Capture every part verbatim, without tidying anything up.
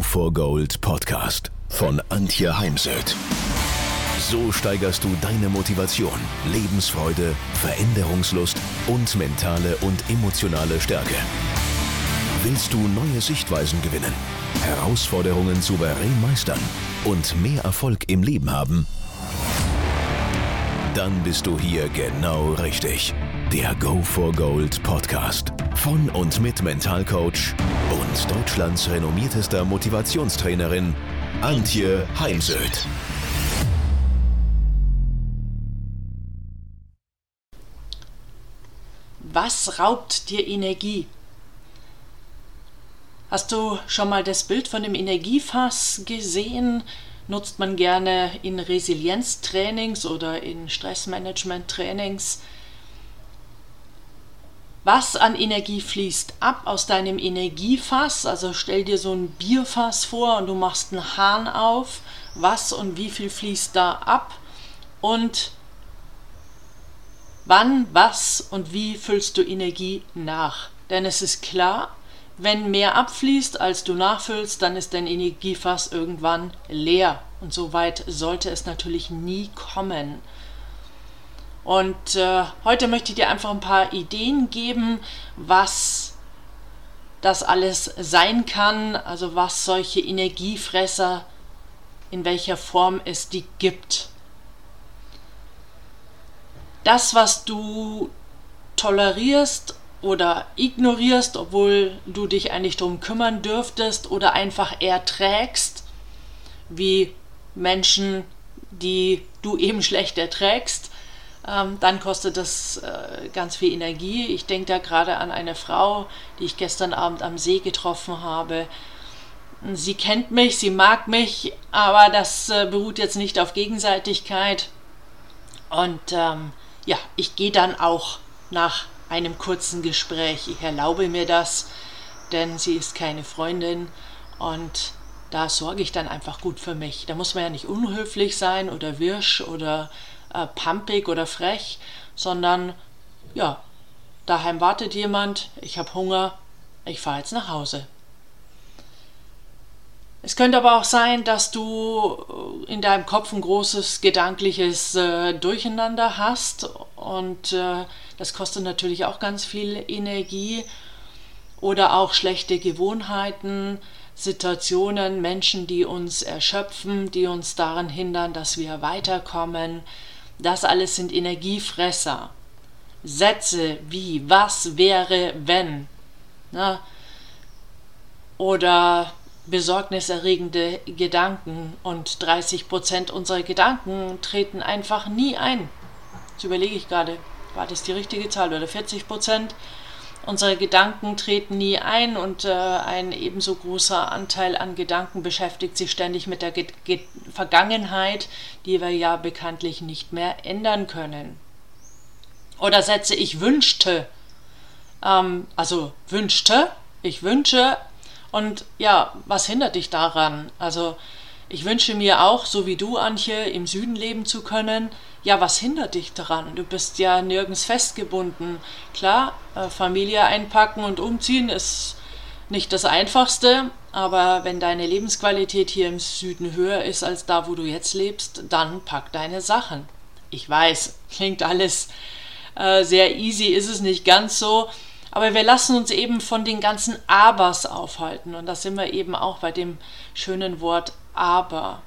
for Gold Podcast von Antje Heimsöth. So steigerst du deine Motivation, Lebensfreude, Veränderungslust und mentale und emotionale Stärke. Willst du neue Sichtweisen gewinnen, Herausforderungen souverän meistern und mehr Erfolg im Leben haben? Dann bist du hier genau richtig. Der Go for Gold Podcast von und mit Mentalcoach und Deutschlands renommiertester Motivationstrainerin Antje Heimsöth. Was raubt dir Energie? Hast du schon mal das Bild von dem Energiefass gesehen? Nutzt man gerne in Resilienztrainings oder in Stressmanagement-Trainings. Was an Energie fließt ab aus deinem Energiefass? Also stell dir so ein Bierfass vor und du machst einen Hahn auf. Was und wie viel fließt da ab? Und wann, was und wie füllst du Energie nach? Denn es ist klar, wenn mehr abfließt, als du nachfüllst, dann ist dein Energiefass irgendwann leer. Und so weit sollte es natürlich nie kommen. Und äh, heute möchte ich dir einfach ein paar Ideen geben, was das alles sein kann, also was solche Energiefresser, in welcher Form es die gibt. Das, was du tolerierst oder ignorierst, obwohl du dich eigentlich darum kümmern dürftest oder einfach erträgst, wie Menschen, die du eben schlecht erträgst, ähm, dann kostet das äh, ganz viel Energie. Ich denke da gerade an eine Frau, die ich gestern Abend am See getroffen habe. Sie kennt mich, sie mag mich, aber das äh, beruht jetzt nicht auf Gegenseitigkeit. Und ähm, ja, ich gehe dann auch nach einem kurzen Gespräch. Ich erlaube mir das, denn sie ist keine Freundin und da sorge ich dann einfach gut für mich. Da muss man ja nicht unhöflich sein oder wirsch oder äh, pampig oder frech, sondern ja, daheim wartet jemand, ich habe Hunger, ich fahre jetzt nach Hause. Es könnte aber auch sein, dass du in deinem Kopf ein großes gedankliches äh, Durcheinander hast und äh, das kostet natürlich auch ganz viel Energie oder auch schlechte Gewohnheiten, Situationen, Menschen, die uns erschöpfen, die uns daran hindern, dass wir weiterkommen. Das alles sind Energiefresser. Sätze wie was wäre wenn, na? Oder besorgniserregende Gedanken und dreißig Prozent unserer Gedanken treten einfach nie ein. Jetzt überlege ich gerade, war das die richtige Zahl oder vierzig Prozent unserer Gedanken treten nie ein und äh, ein ebenso großer Anteil an Gedanken beschäftigt sich ständig mit der Ge- Ge- Vergangenheit, die wir ja bekanntlich nicht mehr ändern können. Oder Sätze, ich wünschte, ähm, also wünschte, ich wünsche. Und ja, was hindert dich daran? Also ich wünsche mir auch, so wie du, Antje, im Süden leben zu können. Ja, was hindert dich daran? Du bist ja nirgends festgebunden. Klar, äh, Familie einpacken und umziehen ist nicht das Einfachste, aber wenn deine Lebensqualität hier im Süden höher ist als da, wo du jetzt lebst, dann pack deine Sachen. Ich weiß, klingt alles äh, sehr easy, ist es nicht ganz so. Aber wir lassen uns eben von den ganzen Abers aufhalten. Und da sind wir eben auch bei dem schönen Wort Aber.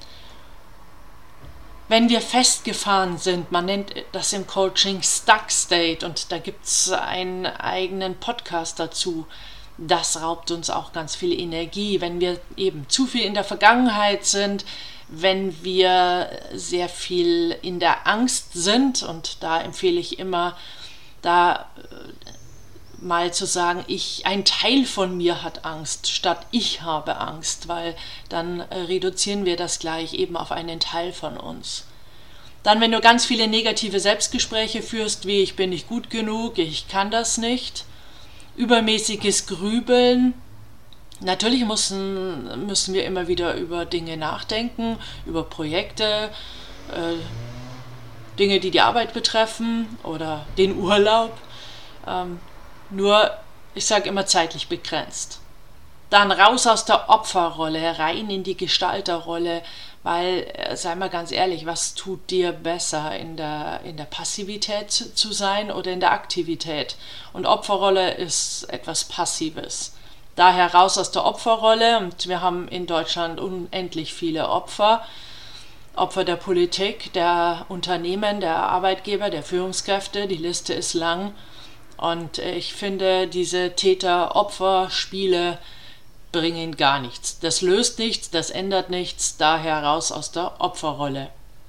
Wenn wir festgefahren sind, man nennt das im Coaching Stuck State und da gibt es einen eigenen Podcast dazu, das raubt uns auch ganz viel Energie. Wenn wir eben zu viel in der Vergangenheit sind, wenn wir sehr viel in der Angst sind und da empfehle ich immer, da mal zu sagen, ich, ein Teil von mir hat Angst, statt ich habe Angst, weil dann äh, reduzieren wir das gleich eben auf einen Teil von uns. Dann, wenn du ganz viele negative Selbstgespräche führst, wie ich bin nicht gut genug, ich kann das nicht, übermäßiges Grübeln, natürlich müssen, müssen wir immer wieder über Dinge nachdenken, über Projekte, äh, Dinge, die die Arbeit betreffen oder den Urlaub, ähm, nur, ich sage immer zeitlich begrenzt. Dann raus aus der Opferrolle, rein in die Gestalterrolle, weil, sei mal ganz ehrlich, was tut dir besser, in der, in der Passivität zu, zu sein oder in der Aktivität? Und Opferrolle ist etwas Passives. Daher raus aus der Opferrolle, und wir haben in Deutschland unendlich viele Opfer. Opfer der Politik, der Unternehmen, der Arbeitgeber, der Führungskräfte, die Liste ist lang. Und ich finde, diese Täter-Opfer-Spiele bringen gar nichts. Das löst nichts, das ändert nichts, daher raus aus der Opferrolle.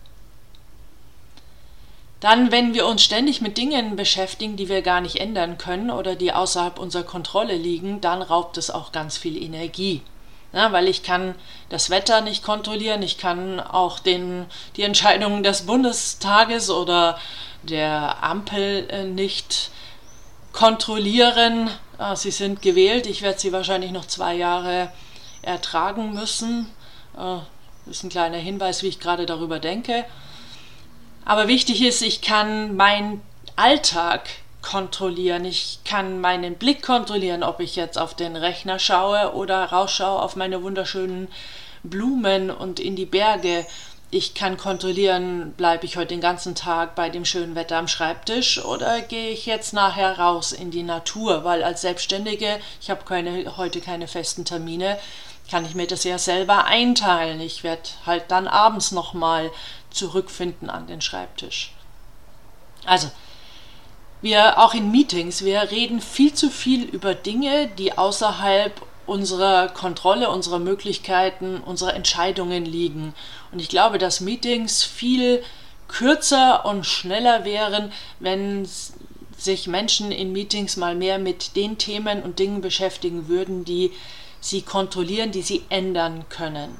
Dann, wenn wir uns ständig mit Dingen beschäftigen, die wir gar nicht ändern können oder die außerhalb unserer Kontrolle liegen, dann raubt es auch ganz viel Energie. Ja, weil ich kann das Wetter nicht kontrollieren, ich kann auch den, die Entscheidungen des Bundestages oder der Ampel äh, nicht kontrollieren. Ah, sie sind gewählt, ich werde sie wahrscheinlich noch zwei Jahre ertragen müssen. Äh, das ist ein kleiner Hinweis, wie ich gerade darüber denke. Aber wichtig ist, ich kann meinen Alltag kontrollieren. Ich kann meinen Blick kontrollieren, ob ich jetzt auf den Rechner schaue oder rausschaue auf meine wunderschönen Blumen und in die Berge. Ich kann kontrollieren, bleibe ich heute den ganzen Tag bei dem schönen Wetter am Schreibtisch oder gehe ich jetzt nachher raus in die Natur, weil als Selbstständige, ich habe keine, heute keine festen Termine, kann ich mir das ja selber einteilen. Ich werde halt dann abends nochmal zurückfinden an den Schreibtisch. Also, wir auch in Meetings, wir reden viel zu viel über Dinge, die außerhalb unserer Kontrolle, unserer Möglichkeiten, unserer Entscheidungen liegen. Und ich glaube, dass Meetings viel kürzer und schneller wären, wenn sich Menschen in Meetings mal mehr mit den Themen und Dingen beschäftigen würden, die sie kontrollieren, die sie ändern können.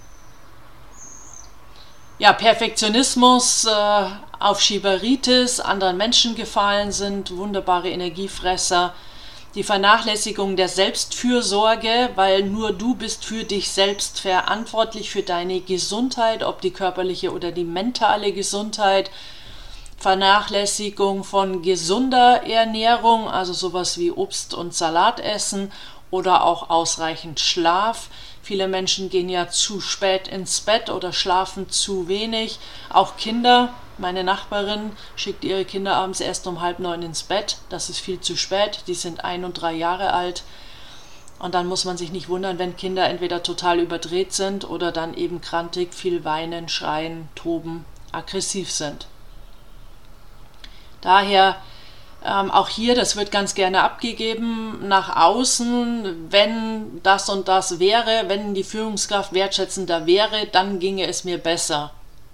Ja, Perfektionismus, äh, Aufschieberitis, anderen Menschen gefallen sind wunderbare Energiefresser. Die Vernachlässigung der Selbstfürsorge, weil nur du bist für dich selbst verantwortlich, für deine Gesundheit, ob die körperliche oder die mentale Gesundheit. Vernachlässigung von gesunder Ernährung, also sowas wie Obst und Salat essen oder auch ausreichend Schlaf. Viele Menschen gehen ja zu spät ins Bett oder schlafen zu wenig. Auch Kinder, meine Nachbarin schickt ihre Kinder abends erst um halb neun ins Bett. Das ist viel zu spät, die sind ein und drei Jahre alt. Und dann muss man sich nicht wundern, wenn Kinder entweder total überdreht sind oder dann eben krantig, viel weinen, schreien, toben, aggressiv sind. Daher Ähm, auch hier, das wird ganz gerne abgegeben nach außen, wenn das und das wäre, wenn die Führungskraft wertschätzender wäre, dann ginge es mir besser.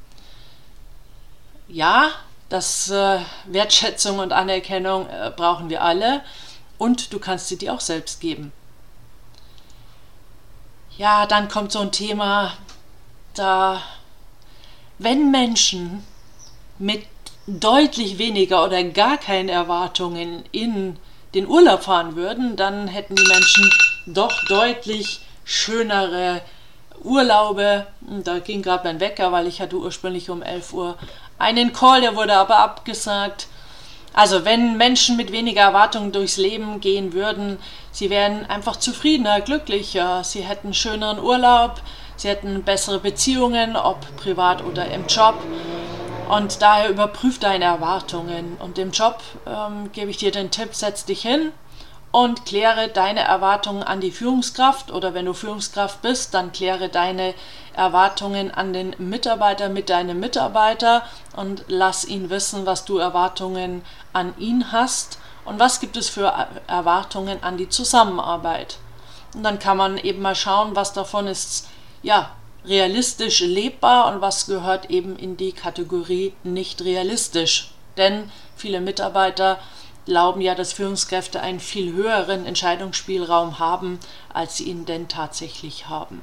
Ja, das äh, Wertschätzung und Anerkennung äh, brauchen wir alle und du kannst sie dir auch selbst geben. Ja, dann kommt so ein Thema, da, wenn Menschen mit deutlich weniger oder gar keine Erwartungen in den Urlaub fahren würden, dann hätten die Menschen doch deutlich schönere Urlaube. Da ging gerade mein Wecker, weil ich hatte ursprünglich um elf Uhr einen Call, der wurde aber abgesagt. Also wenn Menschen mit weniger Erwartungen durchs Leben gehen würden, sie wären einfach zufriedener, glücklicher, sie hätten schöneren Urlaub, sie hätten bessere Beziehungen, ob privat oder im Job. Und daher überprüf deine Erwartungen. Und im Job ähm, gebe ich dir den Tipp, setz dich hin und kläre deine Erwartungen an die Führungskraft. Oder wenn du Führungskraft bist, dann kläre deine Erwartungen an den Mitarbeiter mit deinem Mitarbeiter und lass ihn wissen, was du Erwartungen an ihn hast und was gibt es für Erwartungen an die Zusammenarbeit. Und dann kann man eben mal schauen, was davon ist, ja, realistisch lebbar und was gehört eben in die Kategorie nicht realistisch. Denn viele Mitarbeiter glauben ja, dass Führungskräfte einen viel höheren Entscheidungsspielraum haben, als sie ihn denn tatsächlich haben.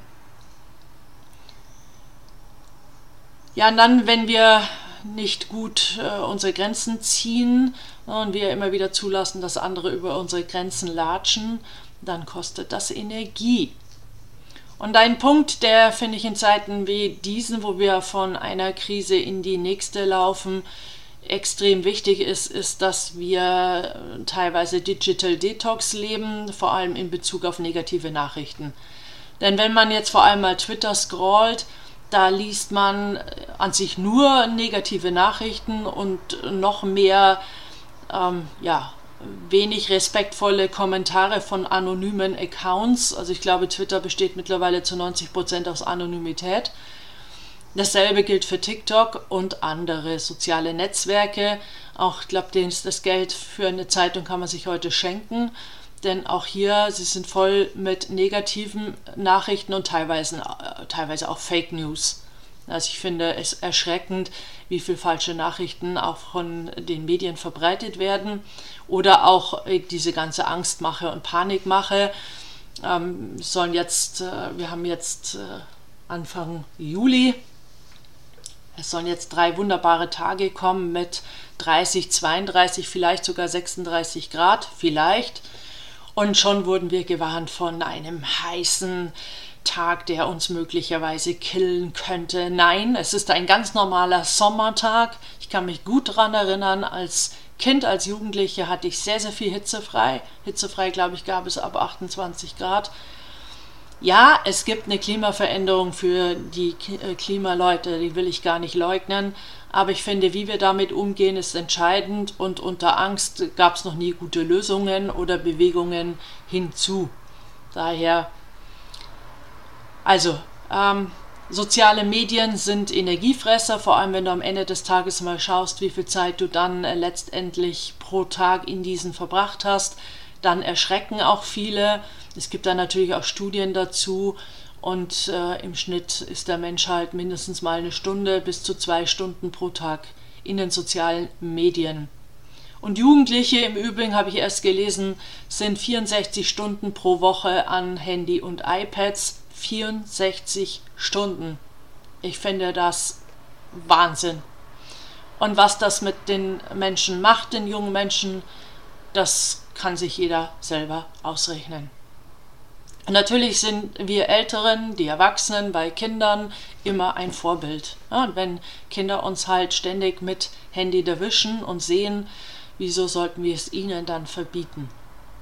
Ja, und dann, wenn wir nicht gut äh, unsere Grenzen ziehen und wir immer wieder zulassen, dass andere über unsere Grenzen latschen, dann kostet das Energie. Und ein Punkt, der, finde ich, in Zeiten wie diesen, wo wir von einer Krise in die nächste laufen, extrem wichtig ist, ist, dass wir teilweise Digital Detox leben, vor allem in Bezug auf negative Nachrichten. Denn wenn man jetzt vor allem mal Twitter scrollt, da liest man an sich nur negative Nachrichten und noch mehr, ähm, ja, wenig respektvolle Kommentare von anonymen Accounts. Also ich glaube, Twitter besteht mittlerweile zu neunzig Prozent aus Anonymität. Dasselbe gilt für TikTok und andere soziale Netzwerke. Auch, ich glaube, das Geld für eine Zeitung kann man sich heute schenken. Denn auch hier, sie sind voll mit negativen Nachrichten und teilweise, teilweise auch Fake News. Also ich finde es erschreckend, wie viele falsche Nachrichten auch von den Medien verbreitet werden. Oder auch diese ganze Angstmache und Panikmache. Ähm, sollen jetzt, äh, wir haben jetzt äh, Anfang Juli. Es sollen jetzt drei wunderbare Tage kommen mit dreißig, zweiunddreißig, vielleicht sogar sechsunddreißig Grad, vielleicht. Und schon wurden wir gewarnt von einem heißen Tag, der uns möglicherweise killen könnte. Nein, es ist ein ganz normaler Sommertag. Ich kann mich gut daran erinnern, als Kind, als Jugendliche hatte ich sehr, sehr viel hitzefrei. Hitzefrei, glaube ich, gab es ab achtundzwanzig Grad. Ja, es gibt eine Klimaveränderung für die Klimaleute, die will ich gar nicht leugnen. Aber ich finde, wie wir damit umgehen, ist entscheidend. Und unter Angst gab es noch nie gute Lösungen oder Bewegungen hinzu. Daher, also, ähm, soziale Medien sind Energiefresser, vor allem wenn du am Ende des Tages mal schaust, wie viel Zeit du dann äh, letztendlich pro Tag in diesen verbracht hast. Dann erschrecken auch viele. Es gibt dann natürlich auch Studien dazu und äh, im Schnitt ist der Mensch halt mindestens mal eine Stunde bis zu zwei Stunden pro Tag in den sozialen Medien. Und Jugendliche, im Übrigen habe ich erst gelesen, sind vierundsechzig Stunden pro Woche an Handy und iPads. vierundsechzig Stunden. Ich finde das Wahnsinn. Und was das mit den Menschen macht, den jungen Menschen, das kann sich jeder selber ausrechnen. Und natürlich sind wir Älteren, die Erwachsenen bei Kindern immer ein Vorbild. Ja, und wenn Kinder uns halt ständig mit Handy erwischen und sehen, wieso sollten wir es ihnen dann verbieten?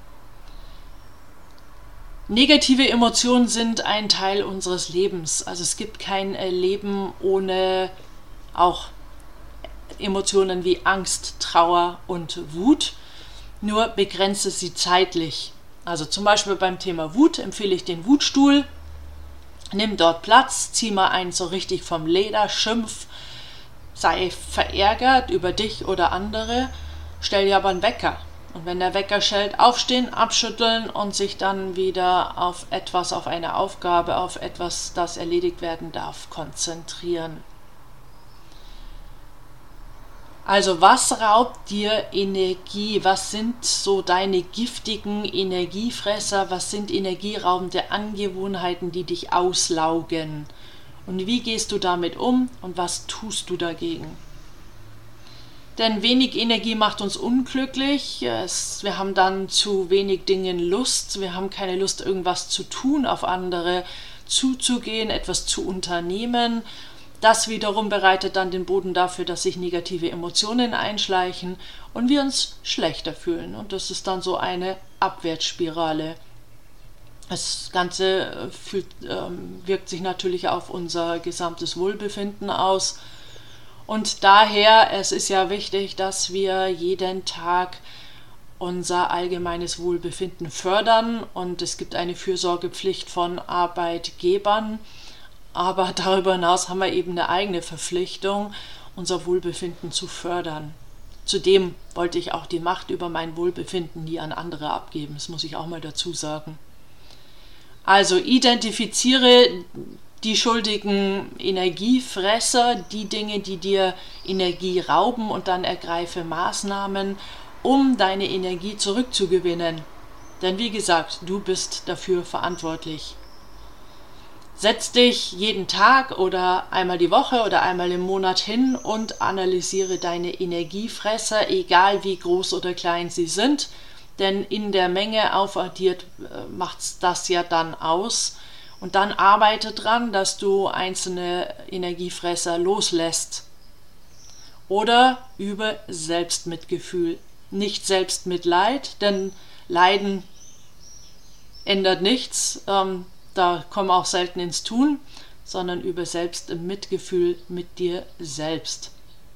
Negative Emotionen sind ein Teil unseres Lebens. Also es gibt kein Leben ohne auch Emotionen wie Angst, Trauer und Wut. Nur begrenze sie zeitlich. Also zum Beispiel beim Thema Wut empfehle ich den Wutstuhl. Nimm dort Platz, zieh mal einen so richtig vom Leder, schimpf, sei verärgert über dich oder andere, stell dir aber einen Wecker. Und wenn der Wecker schellt, aufstehen, abschütteln und sich dann wieder auf etwas, auf eine Aufgabe, auf etwas, das erledigt werden darf, konzentrieren. Also was raubt dir Energie? Was sind so deine giftigen Energiefresser? Was sind energieraubende Angewohnheiten, die dich auslaugen? Und wie gehst du damit um und was tust du dagegen? Denn wenig Energie macht uns unglücklich. Es, wir haben dann zu wenig Dingen Lust. Wir haben keine Lust, irgendwas zu tun, auf andere zuzugehen, etwas zu unternehmen. Das wiederum bereitet dann den Boden dafür, dass sich negative Emotionen einschleichen und wir uns schlechter fühlen. Und das ist dann so eine Abwärtsspirale. Das Ganze fühlt, ähm, wirkt sich natürlich auf unser gesamtes Wohlbefinden aus. Und daher, es ist ja wichtig, dass wir jeden Tag unser allgemeines Wohlbefinden fördern. Und es gibt eine Fürsorgepflicht von Arbeitgebern. Aber darüber hinaus haben wir eben eine eigene Verpflichtung, unser Wohlbefinden zu fördern. Zudem wollte ich auch die Macht über mein Wohlbefinden nie an andere abgeben. Das muss ich auch mal dazu sagen. Also identifiziere die schuldigen Energiefresser, die Dinge, die dir Energie rauben, und dann ergreife Maßnahmen, um deine Energie zurückzugewinnen. Denn wie gesagt, du bist dafür verantwortlich. Setz dich jeden Tag oder einmal die Woche oder einmal im Monat hin und analysiere deine Energiefresser, egal wie groß oder klein sie sind. Denn in der Menge aufaddiert äh, macht das ja dann aus. Und dann arbeite dran, dass du einzelne Energiefresser loslässt. Oder übe Selbstmitgefühl. Nicht Selbstmitleid, denn Leiden ändert nichts. Ähm, da komm auch selten ins Tun, sondern übe selbst im Mitgefühl mit dir selbst.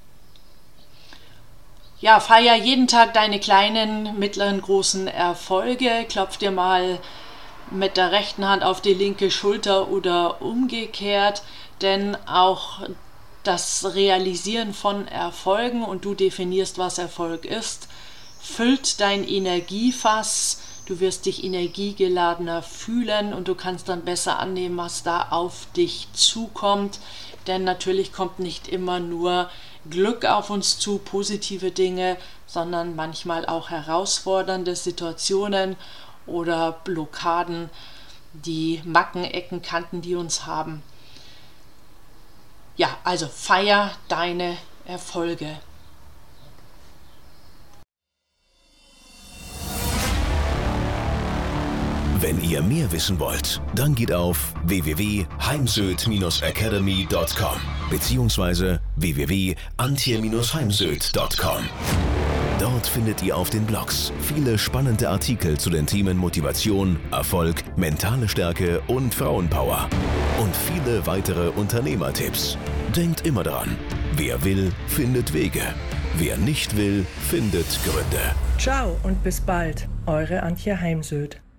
Ja, feier jeden Tag deine kleinen, mittleren, großen Erfolge. Klopf dir mal mit der rechten Hand auf die linke Schulter oder umgekehrt, denn auch das Realisieren von Erfolgen, und du definierst, was Erfolg ist, füllt dein Energiefass. Du wirst dich energiegeladener fühlen und du kannst dann besser annehmen, was da auf dich zukommt. Denn natürlich kommt nicht immer nur Glück auf uns zu, positive Dinge, sondern manchmal auch herausfordernde Situationen oder Blockaden, die Macken, Ecken, Kanten, die uns haben. Ja, also feier deine Erfolge. Wenn ihr mehr wissen wollt, dann geht auf w w w punkt heimsöd academy punkt com beziehungsweise w w w punkt antje heimsöd punkt com. Dort findet ihr auf den Blogs viele spannende Artikel zu den Themen Motivation, Erfolg, mentale Stärke und Frauenpower. Und viele weitere Unternehmertipps. Denkt immer daran, wer will, findet Wege. Wer nicht will, findet Gründe. Ciao und bis bald, eure Antje Heimsöd.